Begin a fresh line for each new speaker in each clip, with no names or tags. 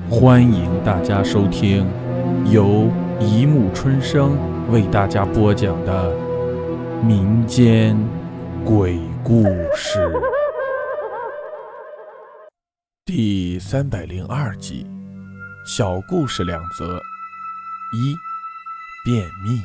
欢迎大家收听由一木春生为大家播讲的民间鬼故事第302集。小故事两则。一、便秘。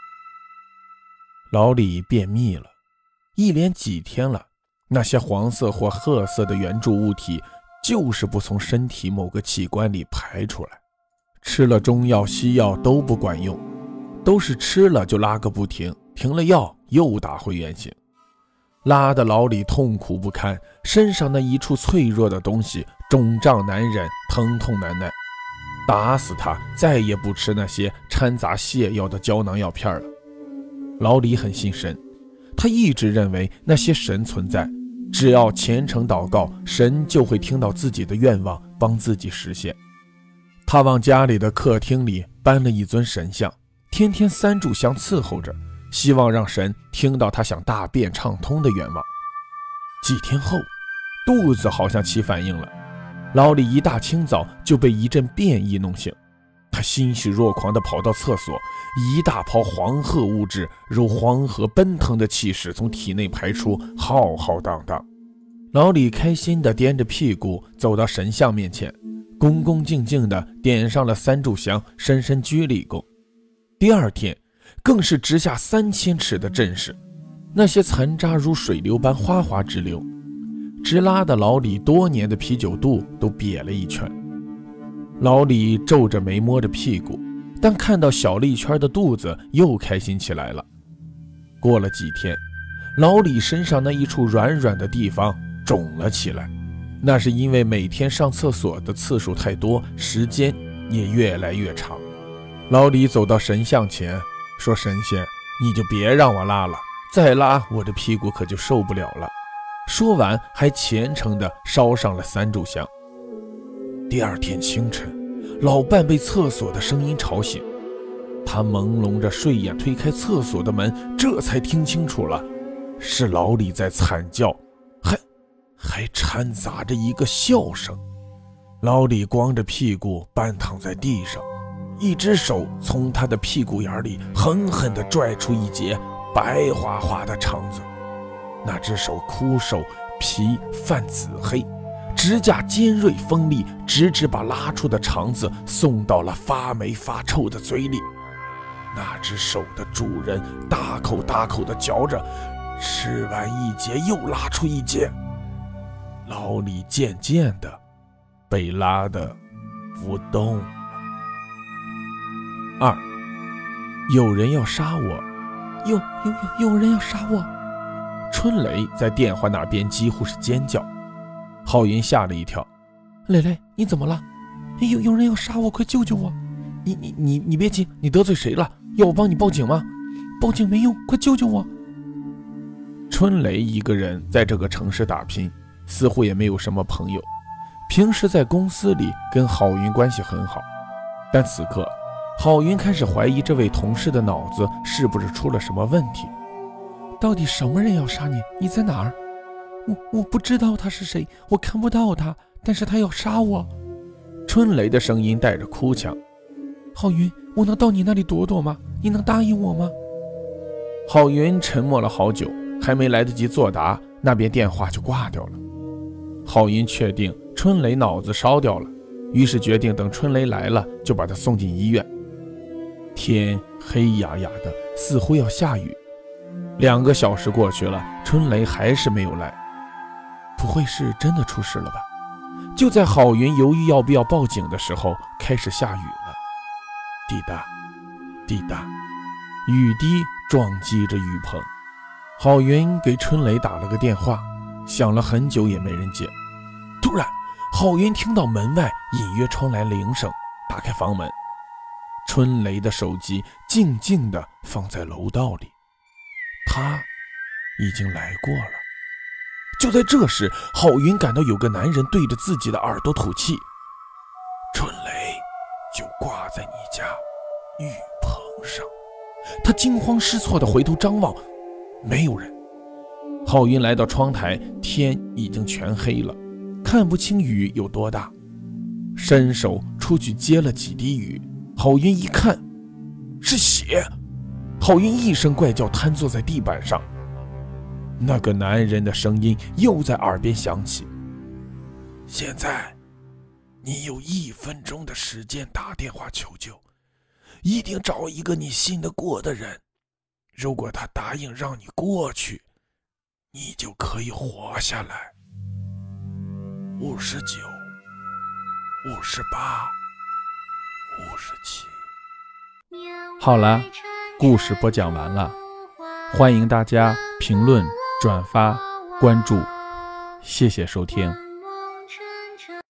老李便秘了，一连几天了，那些黄色或褐色的圆柱物体就是不从身体某个器官里排出来，吃了中药西药都不管用，都是吃了就拉个不停，停了药又打回原形，拉得老李痛苦不堪，身上那一处脆弱的东西肿胀难忍，疼痛难耐，打死他再也不吃那些掺杂泻药的胶囊药片了。老李很信神，他一直认为那些神存在，只要虔诚祷告，神就会听到自己的愿望，帮自己实现。他往家里的客厅里搬了一尊神像，天天3炷香伺候着，希望让神听到他想大便畅通的愿望。几天后，肚子好像起反应了，老李一大清早就被一阵便意弄醒，他欣喜若狂地跑到厕所，一大泡黄褐物质如黄河奔腾的气势从体内排出，浩浩荡荡。老李开心地踮着屁股走到神像面前，恭恭敬敬地点上了3炷香，深深鞠了一躬。第二天更是直下3000尺的阵势，那些残渣如水流般哗哗直流，直拉的老李多年的啤酒肚都瘪了一圈。老李皱着眉摸着屁股，但看到小了一圈的肚子又开心起来了。过了几天，老李身上那一处软软的地方肿了起来，那是因为每天上厕所的次数太多，时间也越来越长。老李走到神像前说，神仙，你就别让我拉了，再拉我的屁股可就受不了了。说完还虔诚地烧上了3炷香。第二天清晨，老伴被厕所的声音吵醒，他朦胧着睡眼推开厕所的门，这才听清楚了，是老李在惨叫，还掺杂着一个笑声。老李光着屁股半躺在地上，一只手从他的屁股眼里狠狠地拽出一截白花花的肠子，那只手枯瘦，皮泛紫黑，指甲尖锐锋利，直直把拉出的肠子送到了发霉发臭的嘴里。那只手的主人大口大口地嚼着，吃完一截又拉出一截。老李渐渐地被拉得不动了。2、有人要杀我，有人要杀我。春雷在电话那边几乎是尖叫。浩云吓了一跳，蕾蕾，你怎么了？有人要杀我，快救救我！你别急，你得罪谁了？要我帮你报警吗？报警没用，快救救我！春雷一个人在这个城市打拼，似乎也没有什么朋友，平时在公司里跟郝云关系很好，但此刻郝云开始怀疑这位同事的脑子是不是出了什么问题。到底什么人要杀你？你在哪儿？我不知道他是谁，我看不到他，但是他要杀我。春雷的声音带着哭腔。郝云，我能到你那里躲躲吗？你能答应我吗？郝云沉默了好久，还没来得及作答，那边电话就挂掉了。郝云确定春雷脑子烧掉了，于是决定等春雷来了就把他送进医院。天黑压压的，似乎要下雨。2个小时过去了，春雷还是没有来。不会是真的出事了吧？就在郝云犹豫要不要报警的时候，开始下雨了。滴答滴答，雨滴撞击着雨棚。郝云给春雷打了个电话，响了很久也没人接。突然郝云听到门外隐约传来铃声，打开房门，春雷的手机静静地放在楼道里，他已经来过了。就在这时，郝云感到有个男人对着自己的耳朵吐气。春雷就挂在你家浴棚上。他惊慌失措地回头张望，没有人。郝云来到窗台，天已经全黑了，看不清雨有多大，伸手出去接了几滴雨。郝云一看是血，郝云一声怪叫，瘫坐在地板上。那个男人的声音又在耳边响起：现在你有1分钟的时间打电话求救，一定找一个你信得过的人，如果他答应让你过去，你就可以活下来。59、58、57。
好了，故事播讲完了，欢迎大家评论、转发、关注，谢谢收听。